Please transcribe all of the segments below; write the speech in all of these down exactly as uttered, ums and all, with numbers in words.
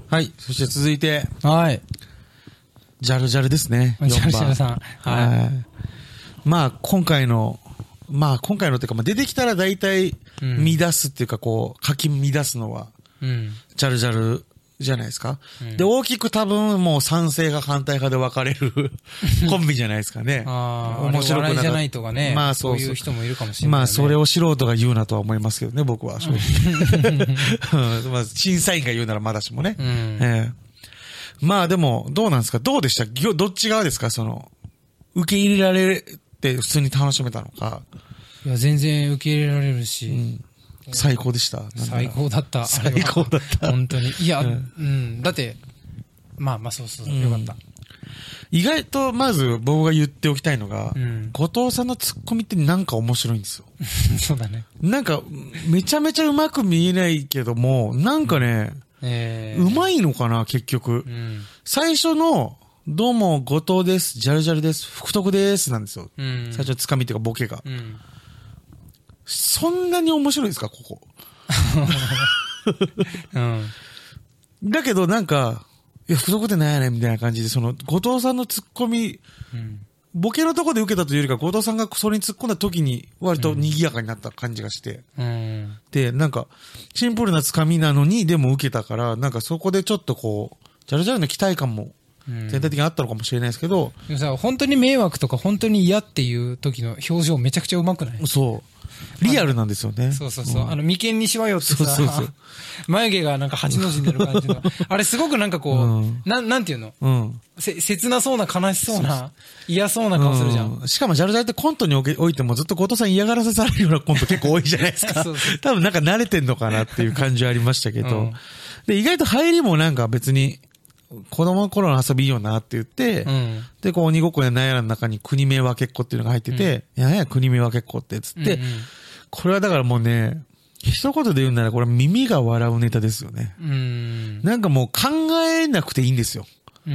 はい。そして続いて。 はい。 ジャルジャルですね。 ジャルジャルさん。 はい。はい、まあ、今回の、まあ、今回のっていうか、まあ、出てきたら大体、乱すっていうか、こう、書き乱すのは、うん、ジャルジャルじゃないですか。うん、で、大きく多分もう賛成が反対派で分かれるコンビじゃないですかね。 ああ、面白くなかった。笑いじゃないとかね。まあそうそう。そういう人もいるかもしれない、ね。 まあそれを素人が言うなとは思いますけどね、僕は正直。まあ審査員が言うならまだしもね。うん、えー、まあでも、どうなんですか？どうでした？どっち側ですか？その、受け入れられて普通に楽しめたのか。 いや、全然受け入れられるし。うん最高でした。 最高だった。 最高だった。 本当に。いや、うん、うん。だって、まあまあそうそうそう、うん、よかった。 意外と、まず僕が言っておきたいのが、うん、後藤さんのツッコミってなんか面白いんですよ。 そうだね。 なんか、めちゃめちゃうまく見えないけども、なんかね、うんえー、うまいのかな、結局。うん、最初の、どうも、後藤です、ジャルジャルです、福徳です、なんですよ。うん、最初のつかみっていうかボケが。うんそんなに面白いですか、ここ。うん、だけどなんか、いや、不足でないやねんみたいな感じで、その、後藤さんの突っ込み、うん、ボケのとこで受けたというよりか、後藤さんがそれに突っ込んだ時に、割と賑やかになった感じがして。うん、で、なんか、シンプルなつかみなのに、でも受けたから、なんかそこでちょっとこう、ジャルジャルの期待感も、全体的にあったのかもしれないですけど。 でもさ、本当に迷惑とか本当に嫌っていう時の表情めちゃくちゃ上手くない？ そう。リアルなんですよね。 そうそうそう。うん、あの、眉間にしわよってさ、そうそうそう眉毛がなんか八の字になる感じの。あれすごくなんかこう、うん、なん、なんていうの、うん、せ切なそうな悲しそうな、嫌そうな顔するじゃん。 うん、しかもジャルジャルってコントにおいてもずっと後藤さん嫌がらせされるようなコント結構多いじゃないですか。そうそう多分なんか慣れてんのかなっていう感じはありましたけど。うん、で、意外と入りもなんか別に、子供の頃の遊びいいよなって言って、うん、で、こう鬼ごっこやなんやらの中に国名分けっこっていうのが入ってて、うん、いやいや国名分けっこってつって、うんうん、これはだからもうね、一言で言うならこれ耳が笑うネタですよね。うん、なんかもう考えなくていいんですよ。うん、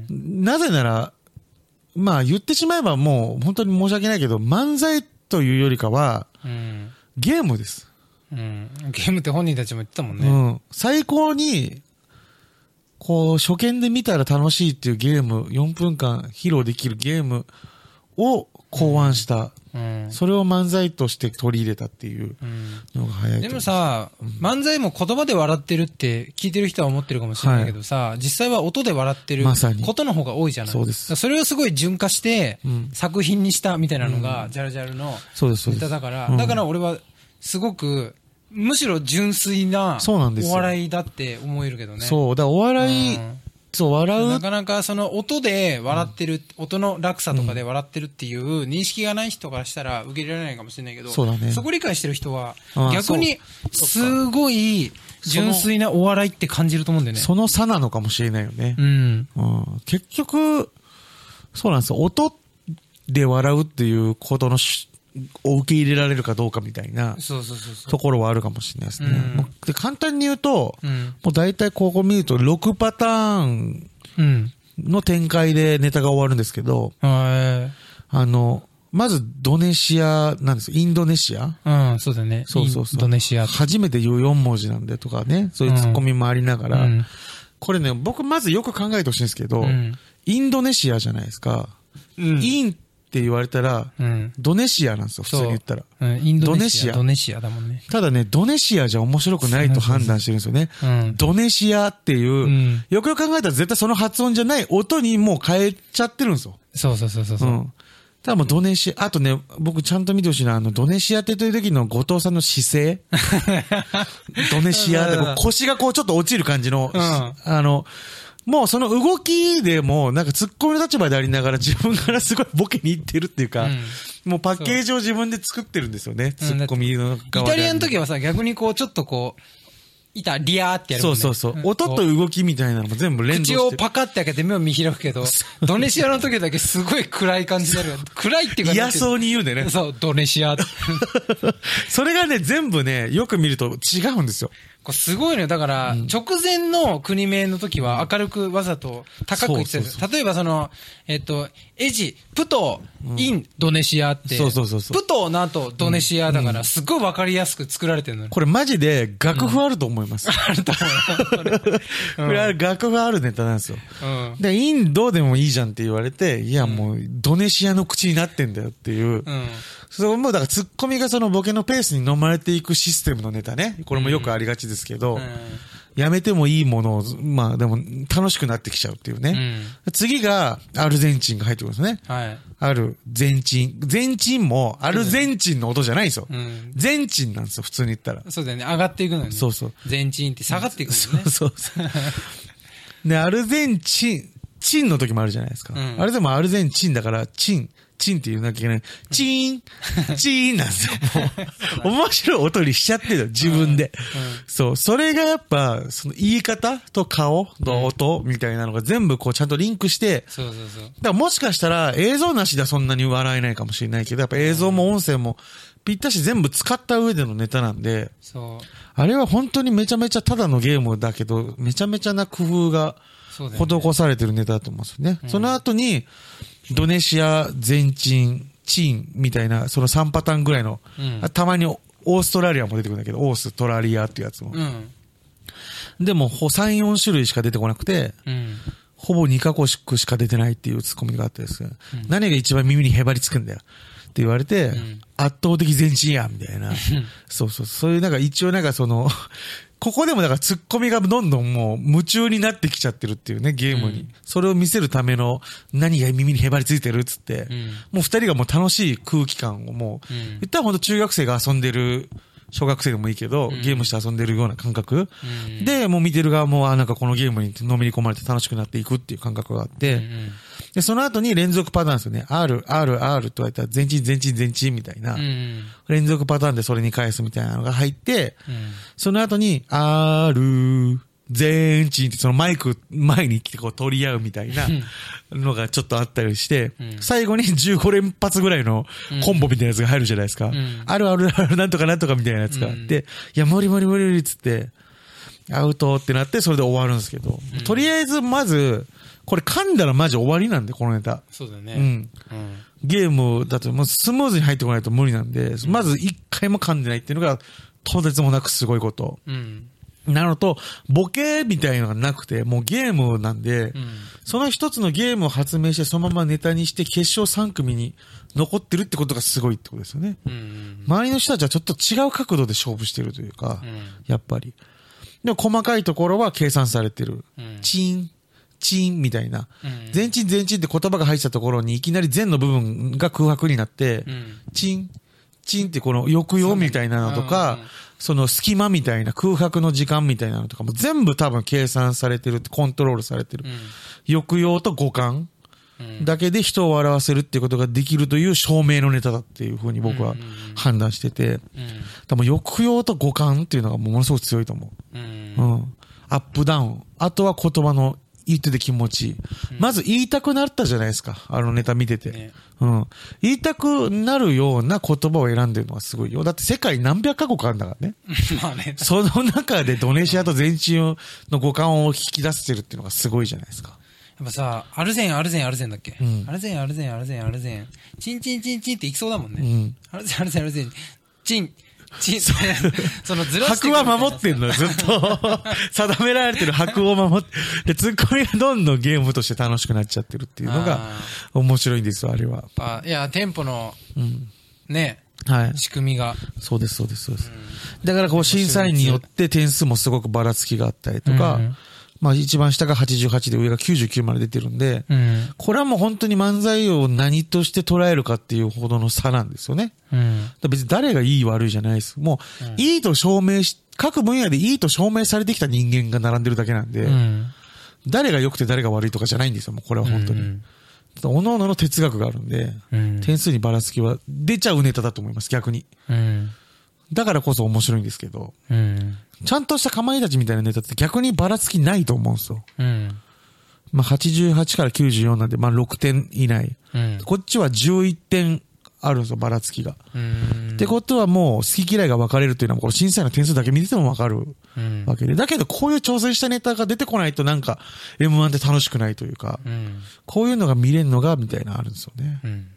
なぜなら、まあ言ってしまえばもう本当に申し訳ないけど、漫才というよりかは、うん、ゲームです、 うん。ゲームって本人たちも言ってたもんね。 うん、最高に、こう、初見で見たら楽しいっていうゲーム、よんぷんかん披露できるゲームを考案した。うんうん、それを漫才として取り入れたっていうのが早い、うん。 でもさ、うん、漫才も言葉で笑ってるって聞いてる人は思ってるかもしれないけどさ、はい、実際は音で笑ってることの方が多いじゃない。 そうです。 それをすごい純化して作品にしたみたいなのが、ジャルジャルのネタだから、だから俺はすごく、むしろ純粋なお笑いだって思えるけどね。 そう。だからお笑い、うん、そう、笑う。 なかなかその音で笑ってる、うん、音の落差とかで笑ってるっていう認識がない人からしたら受け入れられないかもしれないけど、 そうだね。 そこ理解してる人は逆にすごい純粋なお笑いって感じると思うんだよね。 その差なのかもしれないよね。うん。うん、結局、そうなんですよ。音で笑うっていうことのしを受け入れられるかどうかみたいなところはあるかもしれないですね。うん、で簡単に言うと、うん、もう大体ここ見るとろくパターンの展開でネタが終わるんですけど、うん、あの、まずドネシアなんですよ。インドネシアうん、そうだね。 そうそうそう。 インドネシア。 初めて言うよん文字なんでとかね、そういうツッコミもありながら、うん、これね、僕まずよく考えてほしいんですけど、うん、インドネシアじゃないですか。うん、インって言われたら、うん、ドネシアなんですよ、普通に言ったら。 うん、インドネシア。ドネシアだもんね。 ただね、ドネシアじゃ面白くないと判断してるんですよね。うん、ドネシアっていう、うん、よくよく考えたら絶対その発音じゃない音にもう変えちゃってるんですよ。 そうそうそうそう。うん。 ただもうドネシア、あとね、僕ちゃんと見てほしいな、あの、ドネシアって言ってる時の後藤さんの姿勢ドネシアって腰がこうちょっと落ちる感じの、うん、あの、もうその動きでも、なんか突っ込みの立場でありながら自分からすごいボケに行ってるっていうか、うん、もうパッケージを自分で作ってるんですよね、突っ込みの側で。 イタリアの時はさ、逆にこうちょっとこう、イタリアってやるもんね。 そうそうそう。音と動きみたいなのも全部連動して。 口をパカって開けて目を見開くけど、ドネシアの時だけすごい暗い感じになるよ。暗いっていうか。 嫌そうに言うんだよね。 そう、ドネシア。 それがね、全部ね、よく見ると違うんですよ。 これすごいのよ。だから、直前の国名の時は明るくわざと高く言ってるんです。例えばその、えっと、エジ、プト、インドネシアって、そうそうそうそう。プトの後ドネシアだから、すごいわかりやすく作られてるのよ。 これマジで楽譜あると思います。あると思う。これ楽譜あるネタなんですよ。で、インドでもいいじゃんって言われて、いやもう、ドネシアの口になってんだよっていう。それもうだからツッコミがそのボケのペースに飲まれていくシステムのネタね。これもよくありがちですけど、うん、やめてもいいものを、まあでも楽しくなってきちゃうっていうね。うん、次がアルゼンチンが入ってくるんですね。はい、アルゼンチン。ゼンチンもアルゼンチンの音じゃないんですよ。うん、ゼンチンなんですよ、普通に言ったら。 そうだよね。上がっていくのに、ね。そうそう。ゼンチンって下がっていくのね。そうそうそう。 で、アルゼンチン、チンの時もあるじゃないですか。うん、あれでもアルゼンチンだから、チン。チンって言うなきゃいけない。チーンチーンなんですよ。もう、面白い音にしちゃってるよ、自分で。うんうん、そう。それがやっぱ、その言い方と顔の音みたいなのが全部こうちゃんとリンクして、そうそうそう。だからもしかしたら映像なしではそんなに笑えないかもしれないけど、やっぱ映像も音声もぴったし全部使った上でのネタなんで、そう。あれは本当にめちゃめちゃただのゲームだけど、めちゃめちゃな工夫が施されてるネタだと思うんですよね。そ, ね、うん、その後に、ドネシア、ゼンチン、チンみたいな、そのさんパターンぐらいの、うん、たまにオーストラリアも出てくるんだけど、オーストラリアっていうやつも。うん、でも、さん、よん種類しか出てこなくて、うん、ほぼにカ国しか出てないっていうツッコミがあってですね、うん、何が一番耳にへばりつくんだよって言われて、うん、圧倒的ゼンチンや、みたいな。そうそう、そういうなんか一応なんかその、ここでもだからツッコミがどんどんもう夢中になってきちゃってるっていうね、ゲームに。うん、それを見せるための何が耳にへばりついてるっつって、うん、もう二人がもう楽しい空気感をもう、うん、言ったらほんと中学生が遊んでる、小学生でもいいけど、うん、ゲームして遊んでるような感覚、うん、で、もう見てる側も、あ、なんかこのゲームにのめり込まれて楽しくなっていくっていう感覚があって、うん、で、その後に連続パターンですよね。R、R、R と言われたら、全チン、全チン、全チンみたいな、うん、連続パターンでそれに返すみたいなのが入って、うん、その後に、R、全チンってそのマイク前に来てこう取り合うみたいなのがちょっとあったりして、うん、最後にじゅうご連発ぐらいのコンボみたいなやつが入るじゃないですか。うん、あるあるあるなんとかなんとかみたいなやつがあって、うん、いや、無理無理無理無理っつって、アウトってなってそれで終わるんですけど、うん、とりあえずまず、これ噛んだらマジ終わりなんで、このネタ。 そうだね。 うん。うん、ゲームだともうスムーズに入ってこないと無理なんで、うん、まず一回も噛んでないっていうのが、とてつもなくすごいこと。うんなのと、ボケみたいなのがなくて、もうゲームなんで、うん、その一つのゲームを発明して、そのままネタにして、決勝さん組に残ってるってことがすごいってことですよね。うんうん、周りの人たちはちょっと違う角度で勝負してるというか、うん、やっぱり。でも細かいところは計算されてる。うん、チン、チンみたいな。うん、全チン全チンって言葉が入ったところに、いきなり全の部分が空白になって、うん、チン、チンってこの抑揚みたいなのとか、その隙間みたいな空白の時間みたいなのとかも全部多分計算されてるってコントロールされてる。うん、抑揚と五感だけで人を笑わせるっていうことができるという証明のネタだっていうふうに僕は判断してて、多分抑揚と五感っていうのがものすごく強いと思う。うん。うん、アップダウン。あとは言葉の言ってて気持ちいい。まず言いたくなったじゃないですか。あのネタ見てて。ね、うん。言いたくなるような言葉を選んでるのはすごいよ。だって世界何百カ国あるんだからね。まあね。その中でドネシアと全チンの五感を引き出してるっていうのがすごいじゃないですか。 やっぱさ、アルゼン、アルゼン、アルゼンだっけ、うん、アルゼン、アルゼン、アルゼン、アルゼン。チンチンチンチンっていきそうだもんね。うん、アルゼン、アルゼン、アルゼン。チン。チン、そのずらして箔は守ってんのよ、ずっと。定められてる箔を守って。で、ツッコミがどんどんゲームとして楽しくなっちゃってるっていうのが面白いんですよ、あれは。 あいや、テンポの、うん、ね、はい。仕組みが。 そうです、そうです、そうです。うん、だからこう審査員によって点数もすごくばらつきがあったりとか、うんまあ一番下がはちじゅうはちで上がきゅうじゅうきゅうまで出てるんで、うん、これはもう本当に漫才を何として捉えるかっていうほどの差なんですよね。うん、別に誰がいい悪いじゃないです。もう、うん、いいと証明し、各分野でいいと証明されてきた人間が並んでるだけなんで、うん、誰が良くて誰が悪いとかじゃないんですよ、もうこれは本当に。うんうん、各々の哲学があるんで、うん、点数にばらつきは出ちゃうネタだと思います、逆に。うんだからこそ面白いんですけど、うん、ちゃんとしたかまいたちみたいなネタって逆にばらつきないと思うんですよ。うん、まあはちじゅうはちからきゅうじゅうよんなんで、まあろくてん以内。うん、こっちはじゅういってんあるんですよ、ばらつきが。うんってことはもう好き嫌いが分かれるというのは、この審査員の点数だけ見てても分かるわけで。だけどこういう挑戦したネタが出てこないとなんか エムワン って楽しくないというか、こういうのが見れるのがみたいなのあるんですよね。